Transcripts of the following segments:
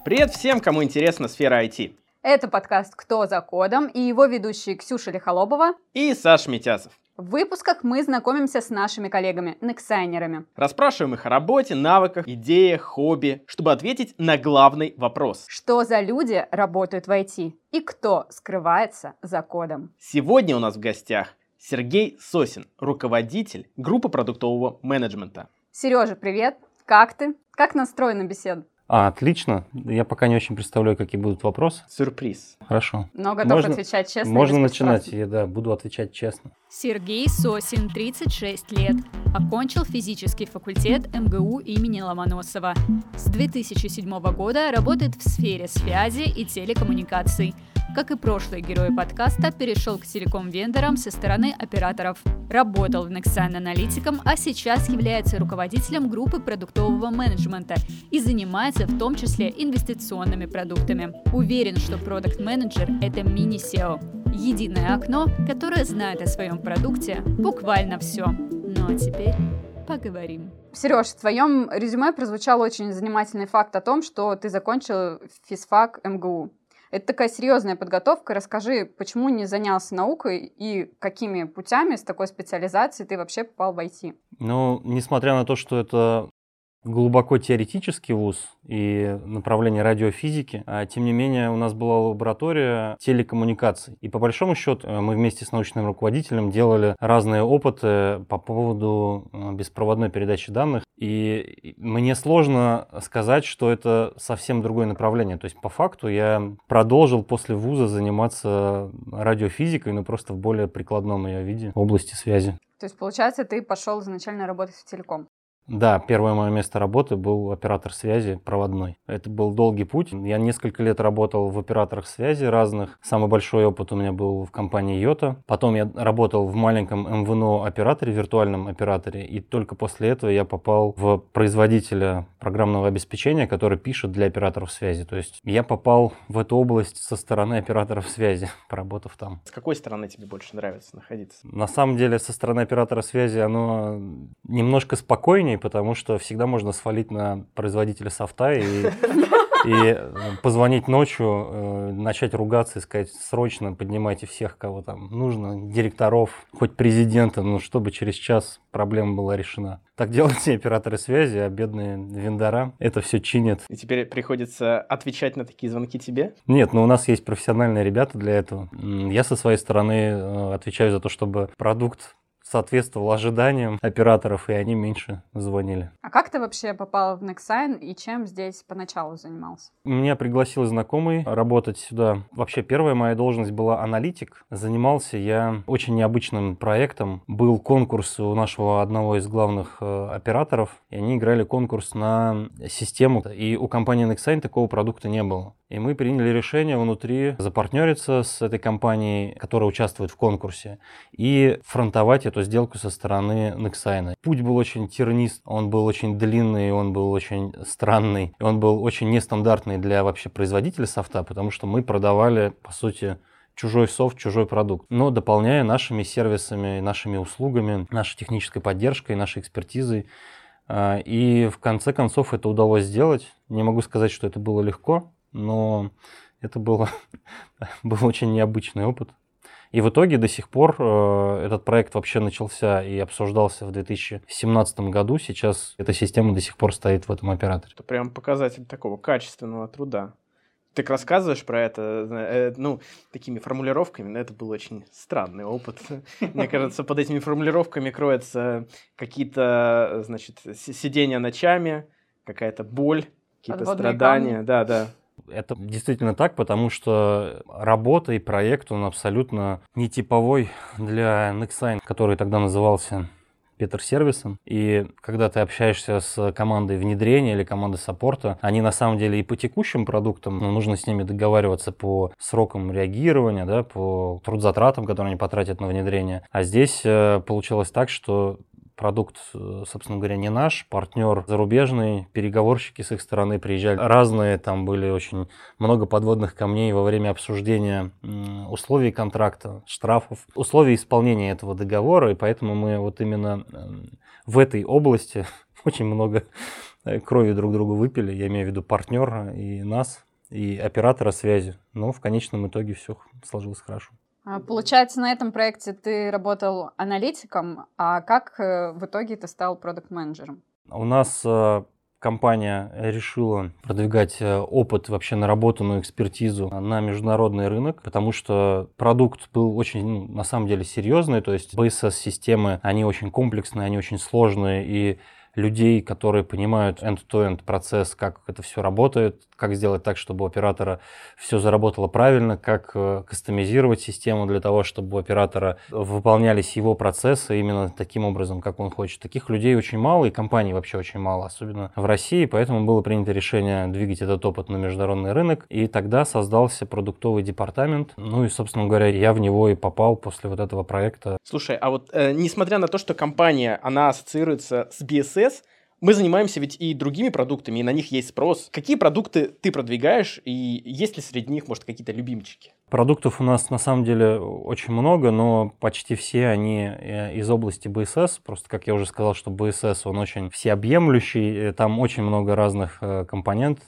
Привет всем, кому интересна сфера IT. Это подкаст «Кто за кодом» и его ведущие Ксюша Лихолобова и Саша Митясов. В выпусках мы знакомимся с нашими коллегами, нексайнерами. Расспрашиваем их о работе, навыках, идеях, хобби, чтобы ответить на главный вопрос. Что за люди работают в IT и кто скрывается за кодом? Сегодня у нас в гостях Сергей Сосин, руководитель группы продуктового менеджмента. Сережа, привет! Как ты? Как настроена беседа? Отлично. Я пока не очень представляю, какие будут вопросы. Сюрприз. Хорошо. Но готов отвечать честно? Можно начинать. Я буду отвечать честно. Сергей Сосин, 36 лет. Окончил физический факультет МГУ имени Ломоносова. С 2007 года работает в сфере связи и телекоммуникаций. Как и прошлые герои подкаста, перешел к телеком-вендорам со стороны операторов. Работал в Nexign аналитиком, а сейчас является руководителем группы продуктового менеджмента и занимается в том числе инвестиционными продуктами. Уверен, что продакт-менеджер – это мини-SEO. Единое окно, которое знает о своем продукте буквально все. Ну а теперь поговорим. Сереж, в твоем резюме прозвучал очень занимательный факт о том, что ты закончил физфак МГУ. Это такая серьезная подготовка. Расскажи, почему не занялся наукой и какими путями с такой специализацией ты вообще попал в IT? Ну, несмотря на то, что это глубоко теоретический вуз и направление радиофизики, тем не менее у нас была лаборатория телекоммуникаций. И по большому счету мы вместе с научным руководителем делали разные опыты по поводу беспроводной передачи данных. И мне сложно сказать, что это совсем другое направление. То есть по факту я продолжил после вуза заниматься радиофизикой, но просто в более прикладном ее виде, в области связи. То есть, получается, ты пошел изначально работать в телеком? Да, первое мое место работы был оператор связи проводной. Это был долгий путь. Я несколько лет работал в операторах связи разных. Самый большой опыт у меня был в компании Йота. Потом я работал в маленьком МВНО операторе, виртуальном операторе. И только после этого я попал в производителя программного обеспечения, который пишет для операторов связи. То есть я попал в эту область со стороны операторов связи, поработав там. С какой стороны тебе больше нравится находиться? На самом деле со стороны оператора связи оно немножко спокойнее, потому что всегда можно свалить на производителя софта и позвонить ночью, начать ругаться и сказать: срочно поднимайте всех, кого там нужно, директоров, хоть президента, чтобы через час проблема была решена. Так делают все операторы связи, а бедные вендора это все чинят. И теперь приходится отвечать на такие звонки тебе? Нет, у нас есть профессиональные ребята для этого. Я со своей стороны отвечаю за то, чтобы продукт соответствовал ожиданиям операторов, и они меньше звонили. А как ты вообще попал в Nexign и чем здесь поначалу занимался? Меня пригласил знакомый работать сюда. Вообще, первая моя должность была аналитик. Занимался я очень необычным проектом. Был конкурс у нашего одного из главных операторов, и они играли конкурс на систему. И у компании Nexign такого продукта не было. И мы приняли решение внутри запартнериться с этой компанией, которая участвует в конкурсе, и фронтовать эту сделку со стороны Nexign. Путь был очень тернист, он был очень длинный, он был очень странный, и он был очень нестандартный для вообще производителя софта, потому что мы продавали, по сути, чужой софт, чужой продукт, но дополняя нашими сервисами, нашими услугами, нашей технической поддержкой, нашей экспертизой. И в конце концов это удалось сделать. Не могу сказать, что это было легко, но это был очень необычный опыт. И в итоге до сих пор этот проект вообще начался и обсуждался в 2017 году. Сейчас эта система до сих пор стоит в этом операторе. Это прям показатель такого качественного труда. Ты рассказываешь про это, такими формулировками, но это был очень странный опыт. Мне кажется, под этими формулировками кроются какие-то, сидения ночами, какая-то боль, какие-то страдания. Да. Это действительно так, потому что работа и проект, он абсолютно нетиповой для Nexign, который тогда назывался Петр-сервисом. И когда ты общаешься с командой внедрения или командой саппорта, они на самом деле и по текущим продуктам, нужно с ними договариваться по срокам реагирования, да, по трудзатратам, которые они потратят на внедрение. А здесь получилось так, что продукт, собственно говоря, не наш, партнер зарубежный, переговорщики с их стороны приезжали разные, там были очень много подводных камней во время обсуждения условий контракта, штрафов, условий исполнения этого договора, и поэтому мы вот именно в этой области очень много крови друг другу выпили, я имею в виду партнера и нас, и оператора связи. Но в конечном итоге все сложилось хорошо. Получается, на этом проекте ты работал аналитиком, а как в итоге ты стал продакт-менеджером? У нас компания решила продвигать опыт, вообще наработанную экспертизу на международный рынок, потому что продукт был очень, на самом деле, серьезный, то есть BSS-системы, они очень комплексные, они очень сложные, и людей, которые понимают end-to-end процесс, как это все работает, как сделать так, чтобы у оператора все заработало правильно, как кастомизировать систему для того, чтобы у оператора выполнялись его процессы именно таким образом, как он хочет. Таких людей очень мало, и компаний вообще очень мало, особенно в России, поэтому было принято решение двигать этот опыт на международный рынок, и тогда создался продуктовый департамент, ну и, собственно говоря, я в него и попал после вот этого проекта. Слушай, а вот несмотря на то, что компания, она ассоциируется с BSS, мы занимаемся ведь и другими продуктами, и на них есть спрос. Какие продукты ты продвигаешь, и есть ли среди них, может, какие-то любимчики? Продуктов у нас на самом деле очень много, но почти все они из области BSS. Просто, как я уже сказал, что BSS, он очень всеобъемлющий, там очень много разных компонентов.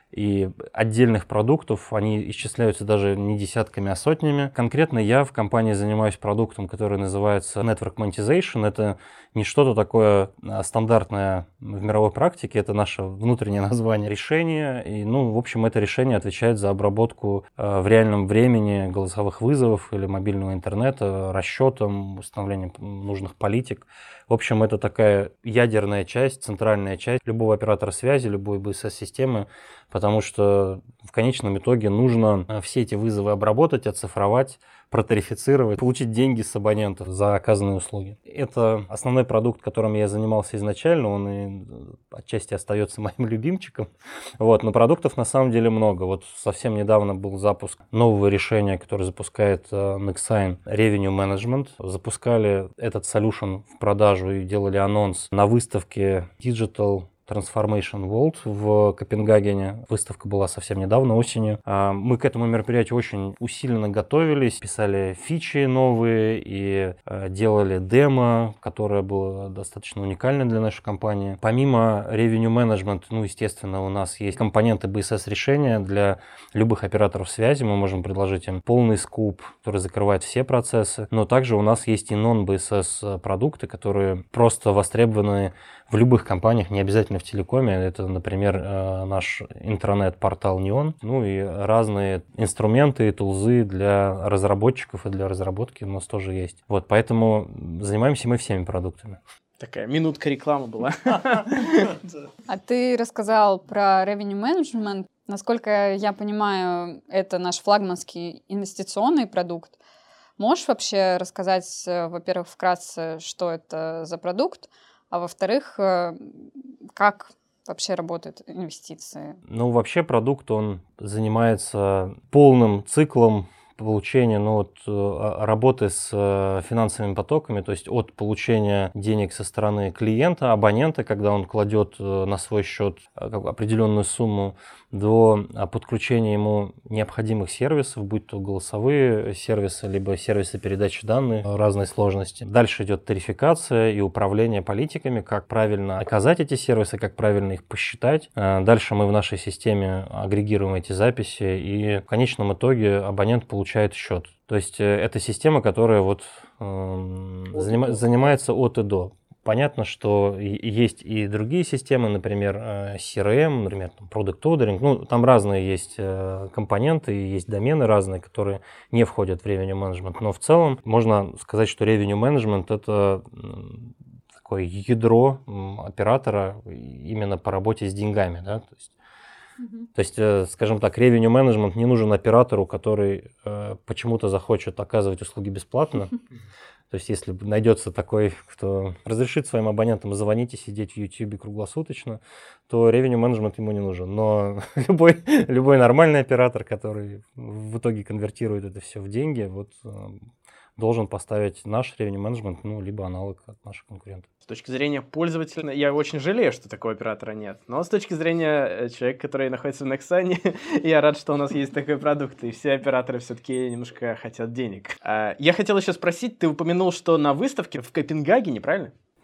И отдельных продуктов, они исчисляются даже не десятками, а сотнями. Конкретно я в компании занимаюсь продуктом, который называется Network Monetization. Это не что-то такое стандартное в мировой практике, это наше внутреннее название решения. И, в общем, это решение отвечает за обработку в реальном времени голосовых вызовов или мобильного интернета, расчетом, установлением нужных политик. В общем, это такая ядерная часть, центральная часть любого оператора связи, любой BSS-системы, потому что в конечном итоге нужно все эти вызовы обработать, оцифровать, протарифицировать, получить деньги с абонентов за оказанные услуги. Это основной продукт, которым я занимался изначально, он и отчасти остается моим любимчиком. Но продуктов на самом деле много. Совсем недавно был запуск нового решения, которое запускает Nexign Revenue Management. Запускали этот solution в продажу и делали анонс на выставке Digital Transformation World в Копенгагене. Выставка была совсем недавно, осенью. Мы к этому мероприятию очень усиленно готовились, писали фичи новые и делали демо, которое было достаточно уникально для нашей компании. Помимо Revenue Management, естественно, у нас есть компоненты BSS решения для любых операторов связи. Мы можем предложить им полный скуп, который закрывает все процессы. Но также у нас есть и non-BSS продукты, которые просто востребованы в любых компаниях, не обязательно в телекоме. Это, например, наш интранет-портал Neon. И разные инструменты и тулзы для разработчиков и для разработки у нас тоже есть. Поэтому занимаемся мы всеми продуктами. Такая минутка рекламы была. А ты рассказал про Revenue Management. Насколько я понимаю, это наш флагманский инвестиционный продукт. Можешь вообще рассказать, во-первых, вкратце, что это за продукт, а во-вторых, как вообще работают инвестиции? Вообще продукт, он занимается полным циклом получения, работы с финансовыми потоками, то есть от получения денег со стороны клиента, абонента, когда он кладет на свой счет определенную сумму, до подключения ему необходимых сервисов, будь то голосовые сервисы, либо сервисы передачи данных разной сложности. Дальше идет тарификация и управление политиками, как правильно оказать эти сервисы, как правильно их посчитать. Дальше мы в нашей системе агрегируем эти записи, и в конечном итоге абонент получает счет. То есть это система, которая занимается от и до. Понятно, что есть и другие системы, например, CRM, например, Product Ordering. Там разные есть компоненты, есть домены разные, которые не входят в Revenue Management. Но в целом можно сказать, что Revenue Management – это такое ядро оператора именно по работе с деньгами. Да? То есть, скажем так, Revenue Management не нужен оператору, который почему-то захочет оказывать услуги бесплатно. То есть, если найдется такой, кто разрешит своим абонентам звонить и сидеть в YouTube круглосуточно, то Revenue Management ему не нужен. Но любой нормальный оператор, который в итоге конвертирует это все в деньги, должен поставить наш Revenue Management, либо аналог от наших конкурентов. С точки зрения пользователя, я очень жалею, что такого оператора нет. Но с точки зрения человека, который находится в Nexign, я рад, что у нас есть такой продукт, и все операторы все-таки немножко хотят денег. Я хотел еще спросить, ты упомянул, что на выставке в Копенгагене, правильно?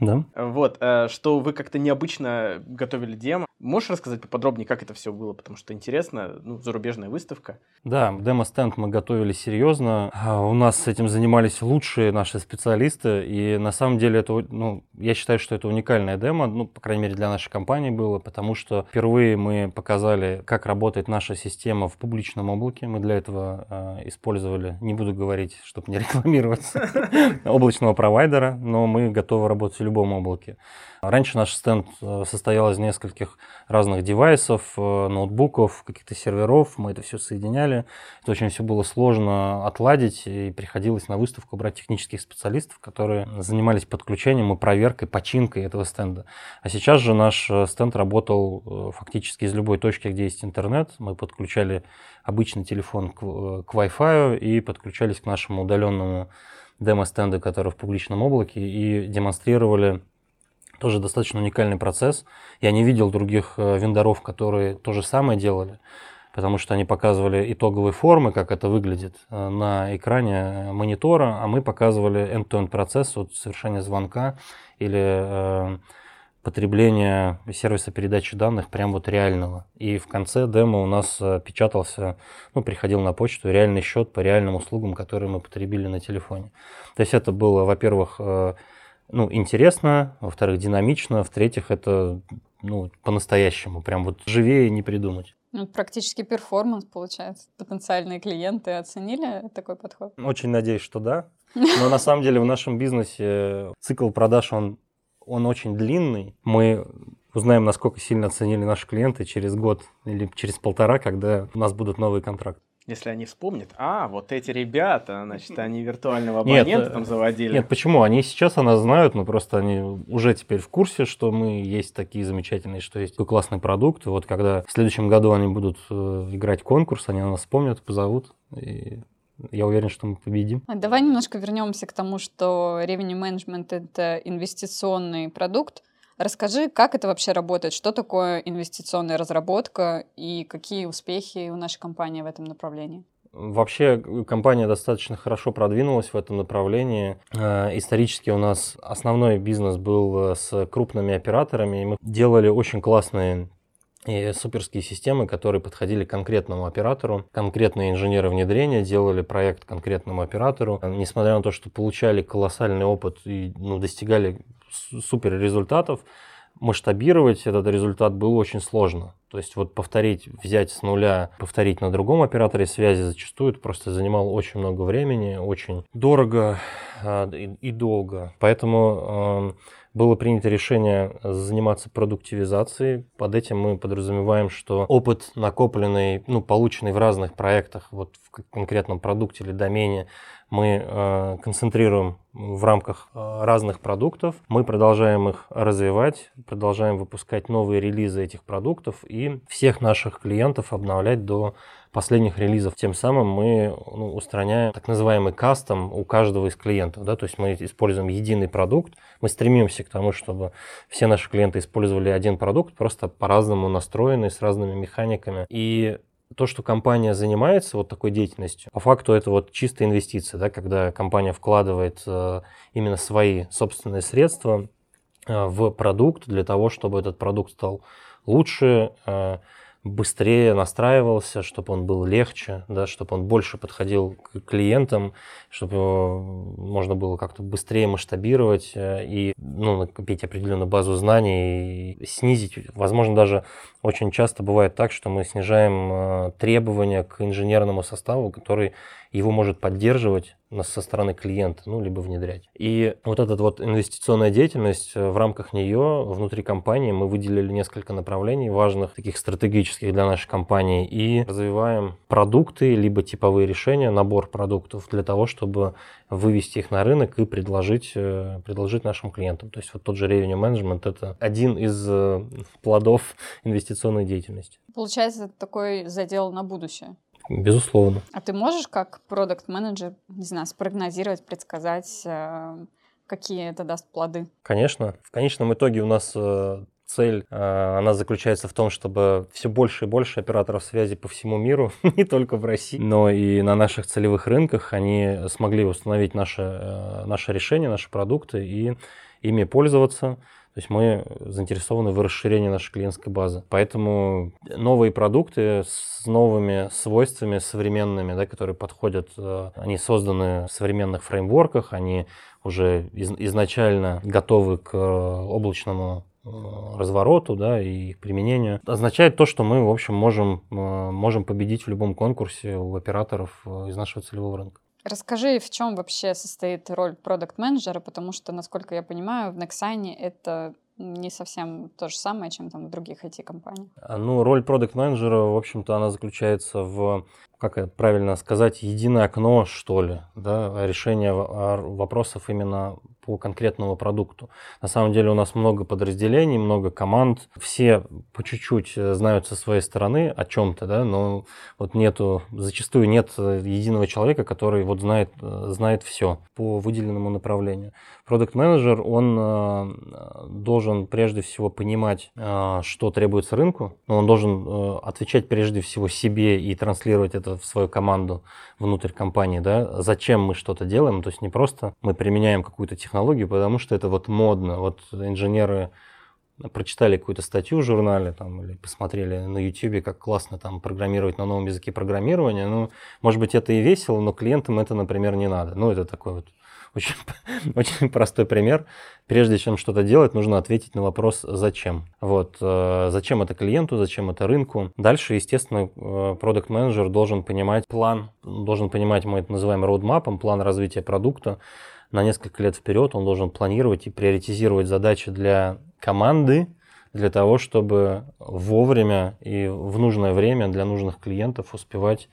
Да. Вот, что вы как-то необычно готовили демо. Можешь рассказать поподробнее, как это все было? Потому что интересно, зарубежная выставка. Да, демо-стенд мы готовили серьезно. У нас с этим занимались лучшие наши специалисты. И на самом деле это, я считаю, что это уникальная демо, по крайней мере, для нашей компании было, потому что впервые мы показали, как работает наша система в публичном облаке. Мы для этого использовали, не буду говорить, чтобы не рекламироваться, облачного провайдера, но мы готовы работать в любом облаке. Раньше наш стенд состоял из нескольких разных девайсов, ноутбуков, каких-то серверов. Мы это все соединяли. Это очень все было сложно отладить, и приходилось на выставку брать технических специалистов, которые занимались подключением и проверкой, починкой этого стенда. А сейчас же наш стенд работал фактически из любой точки, где есть интернет. Мы подключали обычный телефон к Wi-Fi и подключались к нашему удаленному демо-стенду, который в публичном облаке, и демонстрировали тоже достаточно уникальный процесс. Я не видел других вендоров, которые то же самое делали, потому что они показывали итоговые формы, как это выглядит на экране монитора, а мы показывали end-to-end процесс от совершения звонка или потребления сервиса передачи данных прям вот реального. И в конце демо у нас печатался, приходил на почту реальный счет по реальным услугам, которые мы потребили на телефоне. То есть это было, во-первых, интересно, во-вторых, динамично, в-третьих, это по-настоящему, прям вот живее не придумать. Практически перформанс, получается. Потенциальные клиенты оценили такой подход? Очень надеюсь, что да. Но на самом деле в нашем бизнесе цикл продаж, он очень длинный. Мы узнаем, насколько сильно оценили наши клиенты через год или через полтора, когда у нас будут новые контракты. Если они вспомнят, вот эти ребята, значит, они виртуального абонента там заводили. Нет, почему? Они сейчас о нас знают, но просто они уже теперь в курсе, что мы есть такие замечательные, что есть такой классный продукт. И вот когда в следующем году они будут играть конкурс, они нас вспомнят, позовут. И я уверен, что мы победим. Давай немножко вернемся к тому, что revenue management — это инвестиционный продукт. Расскажи, как это вообще работает, что такое инвестиционная разработка и какие успехи у нашей компании в этом направлении? Вообще компания достаточно хорошо продвинулась в этом направлении. Исторически у нас основной бизнес был с крупными операторами, и мы делали очень классные и суперские системы, которые подходили конкретному оператору. Конкретные инженеры внедрения делали проект конкретному оператору. Несмотря на то, что получали колоссальный опыт и достигали супер результатов, масштабировать этот результат было очень сложно. То есть вот повторить, взять с нуля, повторить на другом операторе связи зачастую это просто занимало очень много времени, очень дорого и долго. Поэтому было принято решение заниматься продуктивизацией. Под этим мы подразумеваем, что опыт, накопленный, полученный в разных проектах, вот в конкретном продукте или домене, мы концентрируем в рамках разных продуктов. Мы продолжаем их развивать, продолжаем выпускать новые релизы этих продуктов и всех наших клиентов обновлять до последних релизов. Тем самым мы устраняем так называемый кастом у каждого из клиентов. Да? То есть мы используем единый продукт. Мы стремимся к тому, чтобы все наши клиенты использовали один продукт, просто по-разному настроенный, с разными механиками. И то, что компания занимается вот такой деятельностью, по факту это вот чистая инвестиция, да, когда компания вкладывает именно свои собственные средства в продукт для того, чтобы этот продукт стал лучше, быстрее настраивался, чтобы он был легче, да, чтобы он больше подходил к клиентам, чтобы его можно было как-то быстрее масштабировать и накопить определенную базу знаний и снизить. Возможно, даже очень часто бывает так, что мы снижаем требования к инженерному составу, который его может поддерживать со стороны клиента, либо внедрять. И вот эта вот инвестиционная деятельность, в рамках нее внутри компании мы выделили несколько направлений важных, таких стратегических для нашей компании, и развиваем продукты, либо типовые решения, набор продуктов для того, чтобы вывести их на рынок и предложить нашим клиентам. То есть вот тот же revenue management — это один из плодов инвестиционной деятельности. Получается, это такой задел на будущее. Безусловно. А ты можешь как продакт-менеджер, спрогнозировать, предсказать, какие это даст плоды? Конечно. В конечном итоге у нас цель, она заключается в том, чтобы все больше и больше операторов связи по всему миру, не только в России, но и на наших целевых рынках, они смогли установить наши решения, наши продукты и ими пользоваться. То есть мы заинтересованы в расширении нашей клиентской базы. Поэтому новые продукты с новыми свойствами современными, да, которые подходят, они созданы в современных фреймворках, они уже изначально готовы к облачному развороту, да, и их применению, означает то, что мы, в общем, можем победить в любом конкурсе у операторов из нашего целевого рынка. Расскажи, в чем вообще состоит роль продакт-менеджера, потому что, насколько я понимаю, в Nexign это не совсем то же самое, чем там в других IT-компаниях. Ну, роль продакт-менеджера, в общем-то, она заключается в, как это правильно сказать, единое окно, что ли, да, решение вопросов именно по конкретному продукту. На самом деле у нас много подразделений, много команд, все по чуть-чуть знают со своей стороны о чем-то, да, но вот зачастую нет единого человека, который вот знает все по выделенному направлению. Продакт-менеджер, он должен прежде всего понимать, что требуется рынку, но он должен отвечать прежде всего себе и транслировать это в свою команду внутрь компании, да, зачем мы что-то делаем, то есть не просто мы применяем какую-то технологию, потому что это вот модно, вот инженеры прочитали какую-то статью в журнале там, или посмотрели на YouTube, как классно там программировать на новом языке программирования, ну, может быть, это и весело, но клиентам это, например, не надо. Ну, это такой вот очень, очень простой пример. Прежде чем что-то делать, нужно ответить на вопрос «зачем?». Вот, зачем это клиенту, зачем это рынку. Дальше, естественно, продакт-менеджер должен понимать план, должен понимать, мы это называем роудмапом, план развития продукта на несколько лет вперед. Он должен планировать и приоритизировать задачи для команды, для того, чтобы вовремя и в нужное время для нужных клиентов успевать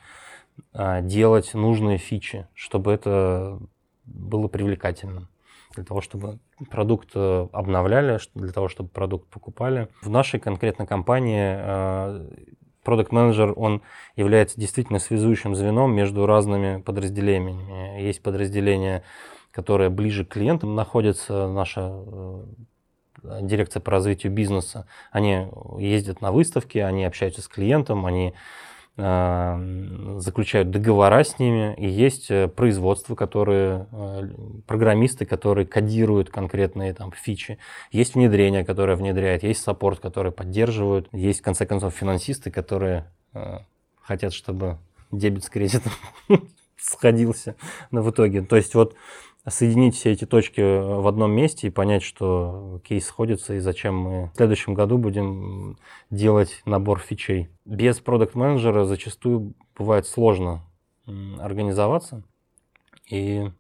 делать нужные фичи, чтобы это было привлекательным, для того, чтобы продукт обновляли, для того, чтобы продукт покупали. В нашей конкретной компании продакт-менеджер, он является действительно связующим звеном между разными подразделениями. Есть подразделения, которые ближе к клиентам находятся, наша дирекция по развитию бизнеса. Они ездят на выставки, они общаются с клиентом, они заключают договора с ними, и есть производство, программисты, которые кодируют конкретные там фичи, есть внедрение, которое внедряет, есть саппорт, который поддерживают, есть, в конце концов, финансисты, которые хотят, чтобы дебет с кредитом сходился в итоге. То есть вот соединить все эти точки в одном месте и понять, что кейс сходится и зачем мы в следующем году будем делать набор фичей. Без продакт-менеджера зачастую бывает сложно организоваться, и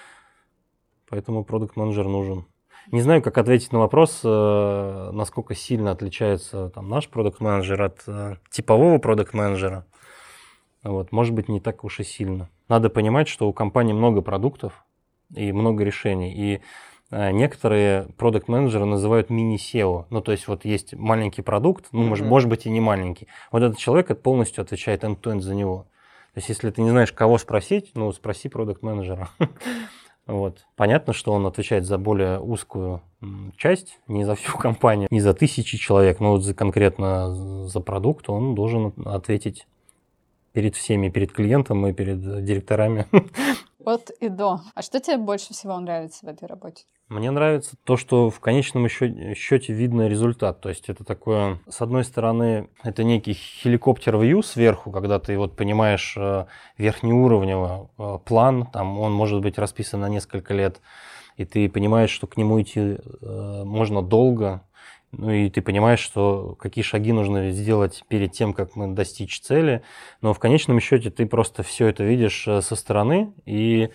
поэтому продакт-менеджер нужен. Не знаю, как ответить на вопрос, насколько сильно отличается там, наш продакт-менеджер от типового продакт-менеджера. Вот, может быть, не так уж и сильно. Надо понимать, что у компании много продуктов, и много решений. И некоторые продакт-менеджеры называют мини-SEO. Ну, то есть вот есть маленький продукт, ну, может быть и не маленький. Вот этот человек полностью отвечает end-to-end за него. То есть если ты не знаешь, кого спросить, ну, спроси продакт-менеджера. Вот. Понятно, что он отвечает за более узкую часть, не за всю компанию, не за тысячи человек, но вот конкретно за продукт он должен ответить перед всеми, перед клиентом и перед директорами. От и до. А что тебе больше всего нравится в этой работе? Мне нравится то, что в конечном счете видно результат. То есть это такое, с одной стороны, это некий хеликоптер-вью сверху, когда ты вот понимаешь верхнеуровневый план, там он может быть расписан на несколько лет, и ты понимаешь, что к нему идти можно долго. Ну и ты понимаешь, что какие шаги нужно сделать перед тем, как мы достичь цели. Но в конечном счете ты просто все это видишь со стороны. И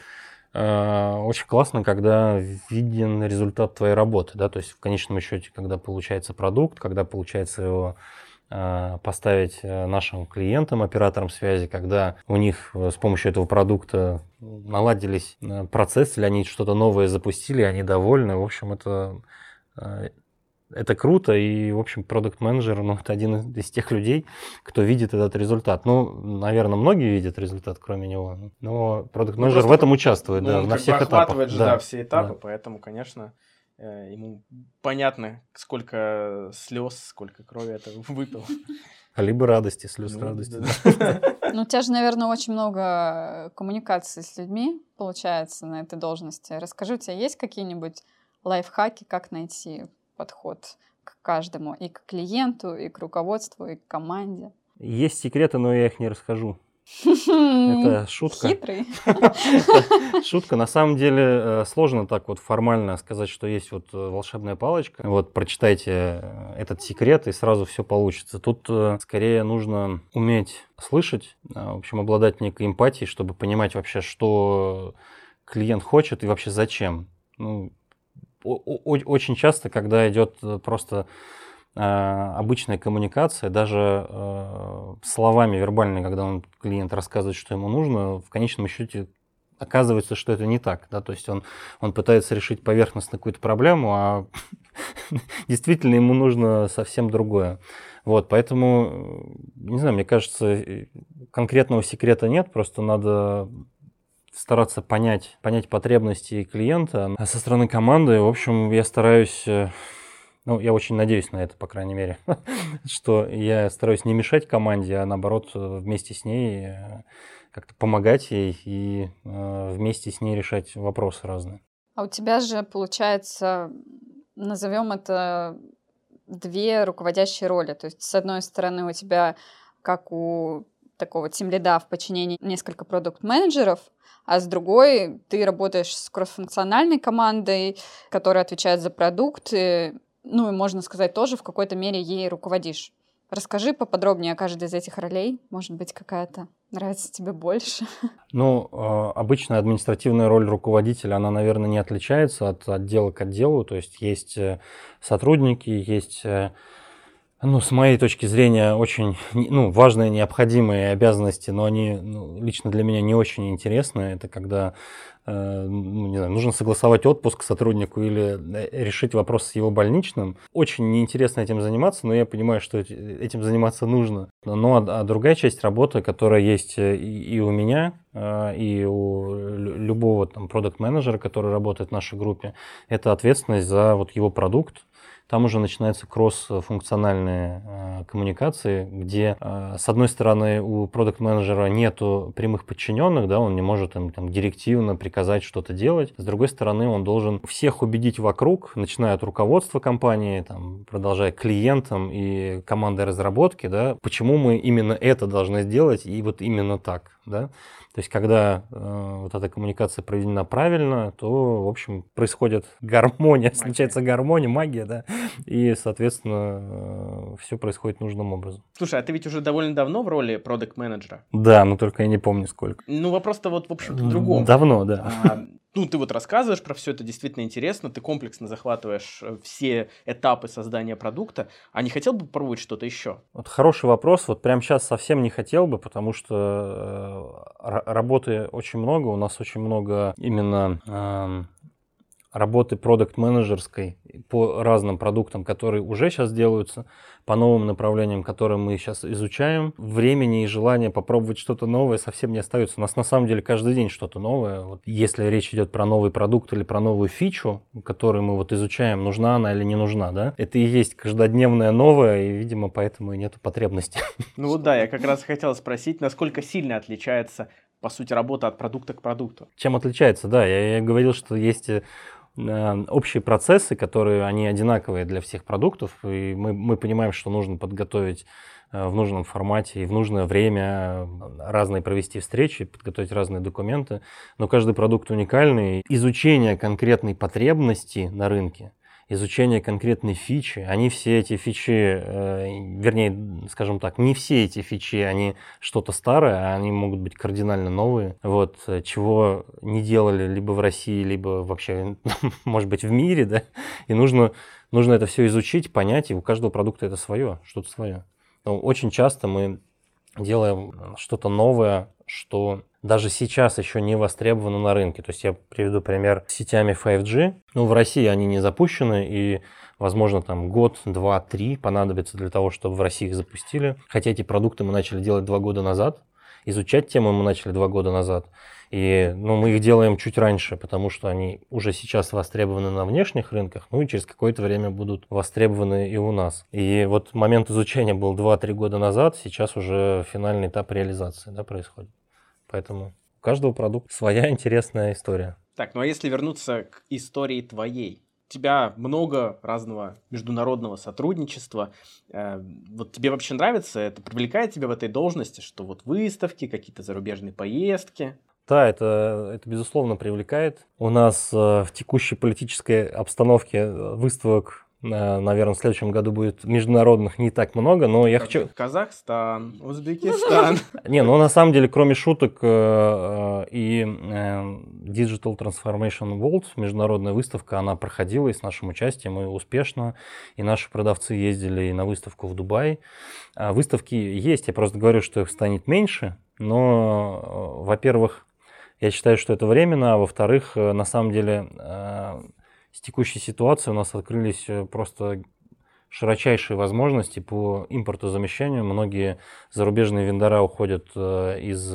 очень классно, когда виден результат твоей работы. Да? То есть в конечном счете, когда получается продукт, когда получается его поставить нашим клиентам, операторам связи, когда у них с помощью этого продукта наладились процессы, или они что-то новое запустили, они довольны. В общем, это круто, и, в общем, продакт-менеджер, ну, это один из тех людей, кто видит этот результат. Ну, наверное, многие видят результат, кроме него, но продакт-менеджер в этом участвует, да, на всех этапах. Охватывает же, да, все этапы, да. Поэтому, конечно, ему понятно, сколько слез, сколько крови это выпил. Либо радости, слез радости. Ну, у тебя же, наверное, очень много коммуникаций с людьми получается на этой должности. Расскажи, у тебя есть какие-нибудь лайфхаки, как найти подход к каждому, и к клиенту, и к руководству, и к команде? Есть секреты, но я их не расскажу. Это шутка. Хитрый. Это шутка. На самом деле сложно так вот формально сказать, что есть вот волшебная палочка. Вот прочитайте этот секрет, и сразу все получится. Тут скорее нужно уметь слышать, в общем, обладать некой эмпатией, чтобы понимать вообще, что клиент хочет и вообще зачем. Ну, очень часто, когда идет просто обычная коммуникация, даже словами вербальными, когда клиент рассказывает, что ему нужно, в конечном счете оказывается, что это не так. Да? То есть он пытается решить поверхностно какую-то проблему, а действительно ему нужно совсем другое. Вот, поэтому, не знаю, мне кажется, конкретного секрета нет, просто надо стараться понять потребности клиента. А со стороны команды, в общем, я стараюсь... Ну, я очень надеюсь на это, по крайней мере, что я стараюсь не мешать команде, а наоборот вместе с ней как-то помогать ей и вместе с ней решать вопросы разные. А у тебя же, получается, назовем это две руководящие роли. То есть, с одной стороны, у тебя, как у такого тимлида в подчинении, несколько продукт-менеджеров, а с другой ты работаешь с кроссфункциональной командой, которая отвечает за продукты, ну и, можно сказать, тоже в какой-то мере ей руководишь. Расскажи поподробнее о каждой из этих ролей. Может быть, какая-то нравится тебе больше? Ну, обычно административная роль руководителя, она, наверное, не отличается от отдела к отделу. То есть сотрудники, есть... Ну, с моей точки зрения, очень важные, необходимые обязанности, но они лично для меня не очень интересны. Это когда не знаю, нужно согласовать отпуск сотруднику или решить вопрос с его больничным. Очень неинтересно этим заниматься, но я понимаю, что этим заниматься нужно. А другая часть работы, которая есть и у меня, и у любого там продакт-менеджера, который работает в нашей группе, это ответственность за вот его продукт. Там уже начинаются кросс-функциональные коммуникации, где, с одной стороны, у продакт-менеджера нету прямых подчиненных, да, он не может им там директивно приказать что-то делать. С другой стороны, он должен всех убедить вокруг, начиная от руководства компании, там, продолжая клиентам и командой разработки, да, почему мы именно это должны сделать и вот именно так, да. То есть, когда вот эта коммуникация проведена правильно, то, в общем, происходит гармония, случается гармония, магия, да, и, соответственно, все происходит нужным образом. Слушай, а ты ведь уже довольно давно в роли продакт-менеджера? Да, но только я не помню сколько. Ну, вопрос-то вот, в общем-то, в другом. Давно, да. Ты вот рассказываешь про все это, действительно интересно, ты комплексно захватываешь все этапы создания продукта, а не хотел бы попробовать что-то еще? Вот хороший вопрос, вот прямо сейчас совсем не хотел бы, потому что работы очень много, у нас очень много именно работы продакт-менеджерской по разным продуктам, которые уже сейчас делаются, по новым направлениям, которые мы сейчас изучаем. Времени и желания попробовать что-то новое совсем не остается. У нас на самом деле каждый день что-то новое. Вот если речь идет про новый продукт или про новую фичу, которую мы вот изучаем, нужна она или не нужна, да, это и есть каждодневное новое, и, видимо, поэтому и нету потребности. Ну да, я как раз хотел спросить, насколько сильно отличается, по сути, работа от продукта к продукту? Чем отличается, да. Я говорил, что есть общие процессы, которые они одинаковые для всех продуктов, и мы понимаем, что нужно подготовить в нужном формате и в нужное время разные провести встречи, подготовить разные документы, но каждый продукт уникальный. Изучение конкретной потребности на рынке, изучение конкретной фичи, они все эти фичи, вернее, скажем так, не все эти фичи, они что-то старое, а они могут быть кардинально новые, вот, чего не делали либо в России, либо вообще, может быть, в мире, да, и нужно это все изучить, понять, и у каждого продукта это свое, что-то свое. Но очень часто мы делаем что-то новое, что даже сейчас еще не востребовано на рынке. То есть я приведу пример с сетями 5G. В России они не запущены, и, возможно, там год, 2, 3 понадобится для того, чтобы в России их запустили. Хотя эти продукты мы начали делать 2 года назад. Изучать тему мы начали 2 года назад. И мы их делаем чуть раньше, потому что они уже сейчас востребованы на внешних рынках, и через какое-то время будут востребованы и у нас. И вот момент изучения был 2-3 года назад, сейчас уже финальный этап реализации, да, происходит. Поэтому у каждого продукта своя интересная история. Так, ну а если вернуться к истории твоей, тебя много разного международного сотрудничества. Вот тебе вообще нравится это? Привлекает тебя в этой должности, что вот выставки, какие-то зарубежные поездки? Да, это безусловно привлекает. У нас в текущей политической обстановке выставок, наверное, в следующем году будет международных не так много, но я хочу... Казахстан, Узбекистан. Не, ну на самом деле, кроме шуток и Digital Transformation World, международная выставка, она проходила и с нашим участием, и успешно, и наши продавцы ездили и на выставку в Дубай. Выставки есть, я просто говорю, что их станет меньше, но, во-первых, я считаю, что это временно, а во-вторых, на самом деле, с текущей ситуацией у нас открылись просто широчайшие возможности по импортозамещению. Многие зарубежные вендора уходят из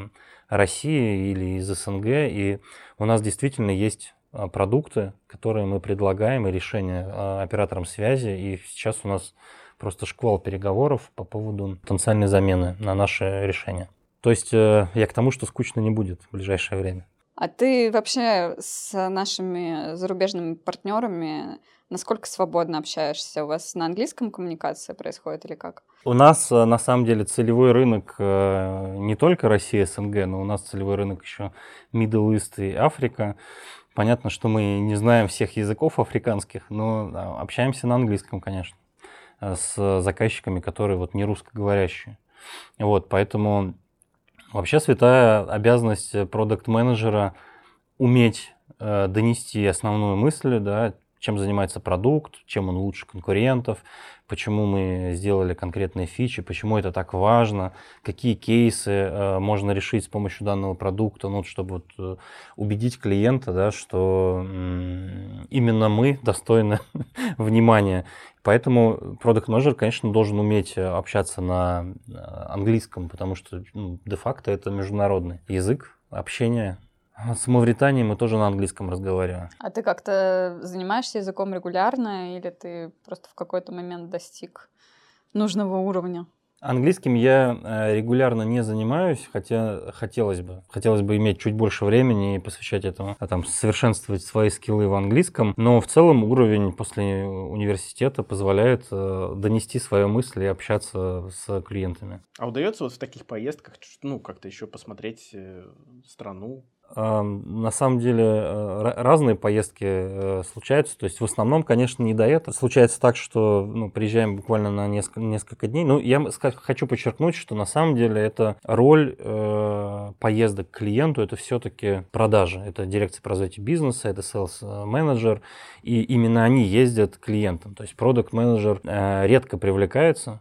России или из СНГ, и у нас действительно есть продукты, которые мы предлагаем, и решения операторам связи, и сейчас у нас просто шквал переговоров по поводу потенциальной замены на наше решение. То есть я к тому, что скучно не будет в ближайшее время. А ты вообще с нашими зарубежными партнерами насколько свободно общаешься? У вас на английском коммуникация происходит или как? У нас на самом деле целевой рынок не только Россия, СНГ, но у нас целевой рынок еще Middle East и Африка. Понятно, что мы не знаем всех языков африканских, но общаемся на английском, конечно, с заказчиками, которые вот не русскоговорящие. Вот, поэтому вообще святая обязанность продакт-менеджера уметь донести основную мысль, да, чем занимается продукт, чем он лучше конкурентов, почему мы сделали конкретные фичи, почему это так важно, какие кейсы можно решить с помощью данного продукта, ну, чтобы вот убедить клиента, да, что именно мы достойны внимания. Поэтому продакт-менеджер, конечно, должен уметь общаться на английском, потому что де-факто это международный язык общения. С Мавританией мы тоже на английском разговариваем. А ты как-то занимаешься языком регулярно или ты просто в какой-то момент достиг нужного уровня? Английским я регулярно не занимаюсь, хотя хотелось бы. Хотелось бы иметь чуть больше времени и посвящать этому, совершенствовать свои скиллы в английском. Но в целом уровень после университета позволяет донести свою мысль и общаться с клиентами. А удается вот в таких поездках, как-то еще посмотреть страну? На самом деле разные поездки случаются, то есть в основном, конечно, не до этого. Случается так, что приезжаем буквально на несколько дней. Ну, я хочу подчеркнуть, что на самом деле это роль поездок к клиенту, это все-таки продажи. Это дирекция по развитию бизнеса, это sales менеджер, и именно они ездят к клиентам. То есть продакт-менеджер редко привлекается.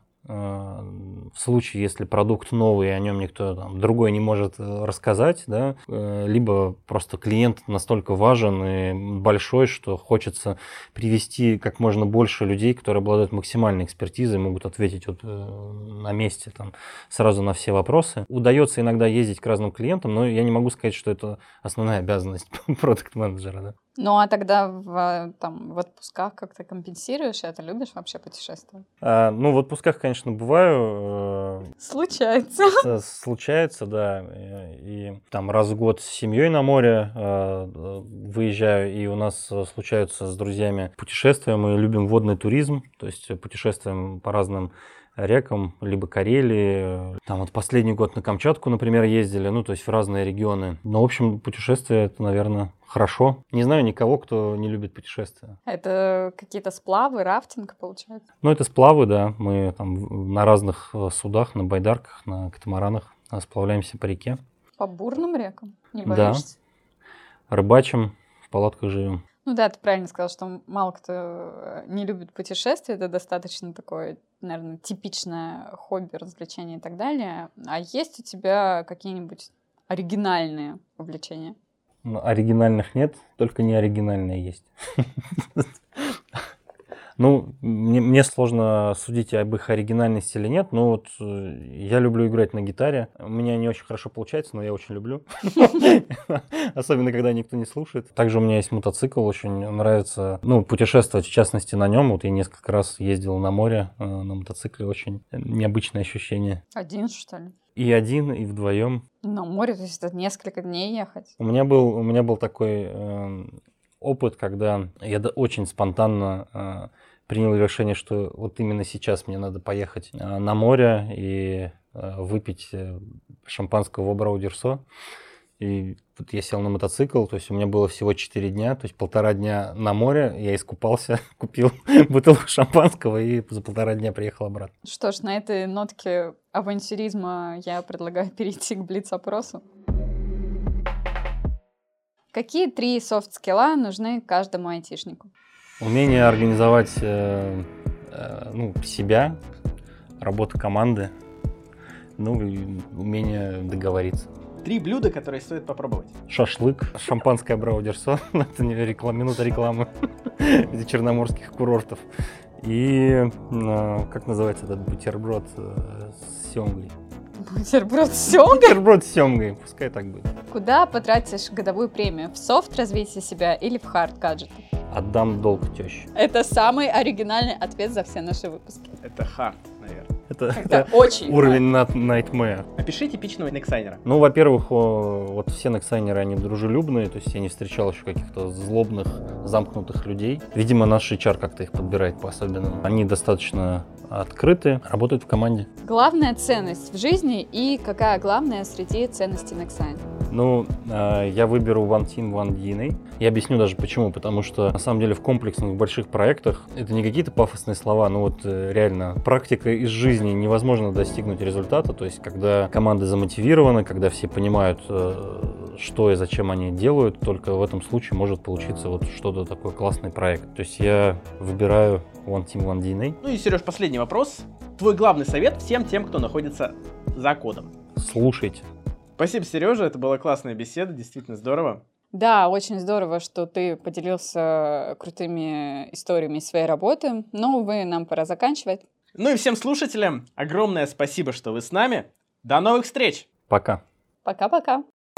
В случае, если продукт новый, и о нем никто другой не может рассказать, да, либо просто клиент настолько важен и большой, что хочется привести как можно больше людей, которые обладают максимальной экспертизой, могут ответить на месте сразу на все вопросы. Удается иногда ездить к разным клиентам, но я не могу сказать, что это основная обязанность продакт-менеджера. Да. Ну, а тогда в отпусках как ты компенсируешь это? Любишь вообще путешествовать? В отпусках, конечно, бываю. Случается. Случается, да. И раз в год с семьей на море выезжаю, и у нас случаются с друзьями путешествия. Мы любим водный туризм, то есть путешествуем по разным рекам, либо Карелии. Последний год на Камчатку, например, ездили, то есть в разные регионы. Но, в общем, путешествие это, наверное, хорошо. Не знаю никого, кто не любит путешествия. Это какие-то сплавы, рафтинг, получается? Это сплавы, да. Мы на разных судах, на байдарках, на катамаранах сплавляемся по реке. По бурным рекам? Не боишься? Да. Рыбачим, в палатках живем. Да, ты правильно сказал, что мало кто не любит путешествия. Это достаточно такое, наверное, типичное хобби, развлечение и так далее. А есть у тебя какие-нибудь оригинальные увлечения? Оригинальных нет, только неоригинальные есть. Мне сложно судить об их оригинальности или нет, но я люблю играть на гитаре. У меня не очень хорошо получается, но я очень люблю. Особенно, когда никто не слушает. Также у меня есть мотоцикл, очень нравится путешествовать, в частности, на нем. Я несколько раз ездил на море на мотоцикле, очень необычное ощущение. Один, что ли? И один, и вдвоем. На море, то есть это несколько дней ехать? У меня был такой опыт, когда я очень спонтанно принял решение, что вот именно сейчас мне надо поехать на море и выпить шампанского в Абрау-Дюрсо. И вот я сел на мотоцикл, то есть у меня было всего 4 дня, то есть 1,5 дня на море, я искупался, купил бутылку шампанского и за 1,5 дня приехал обратно. Что ж, на этой нотке авантюризма я предлагаю перейти к блиц-опросу. Какие 3 софт-скилла нужны каждому айтишнику? Умение организовать себя, работа команды, и умение договориться. 3 блюда, которые стоит попробовать. Шашлык, шампанское Абрау-Дюрсо, это не минута рекламы этих черноморских курортов. И, как называется этот бутерброд с семгой? Бутерброд с семгой? Бутерброд с семгой, пускай так будет. Куда потратишь годовую премию? В софт-развитие себя или в хард-гаджеты? Отдам долг теще. Это самый оригинальный ответ за все наши выпуски. Это хард, наверное. Это очень уровень Nightmare. Опиши типичного нексайнера. Во-первых, вот все нексайнеры, они дружелюбные, то есть я не встречал еще каких-то злобных, замкнутых людей. Видимо, наш HR как-то их подбирает по-особенному. Они достаточно открыты, работают в команде. Главная ценность в жизни и какая главная среди ценностей Nexign? Я выберу One Team, One DNA. Я объясню даже почему. Потому что, на самом деле, в комплексных больших проектах это не какие-то пафосные слова, реально практика из жизни. Невозможно достигнуть результата. То есть, когда команда замотивирована, когда все понимают, что и зачем они делают, только в этом случае может получиться вот что-то такой классный проект. То есть, я выбираю One Team, One DNA. И, Сереж, последний вопрос. Твой главный совет всем тем, кто находится за кодом. Слушайте. Спасибо, Сережа, это была классная беседа, действительно здорово. Да, очень здорово, что ты поделился крутыми историями своей работы. Но, увы, нам пора заканчивать. И всем слушателям огромное спасибо, что вы с нами. До новых встреч! Пока. Пока-пока.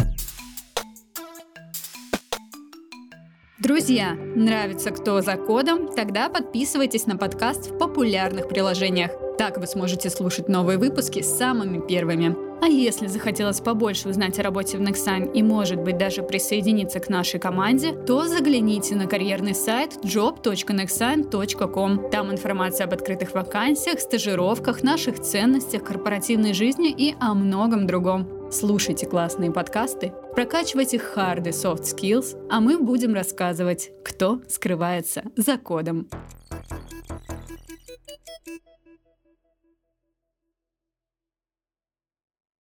Друзья, нравится «Кто за кодом»? Тогда подписывайтесь на подкаст в популярных приложениях. Так вы сможете слушать новые выпуски самыми первыми. А если захотелось побольше узнать о работе в Nexign и, может быть, даже присоединиться к нашей команде, то загляните на карьерный сайт job.nexign.com. Там информация об открытых вакансиях, стажировках, наших ценностях, корпоративной жизни и о многом другом. Слушайте классные подкасты, прокачивайте hard и soft skills, а мы будем рассказывать, кто скрывается за кодом.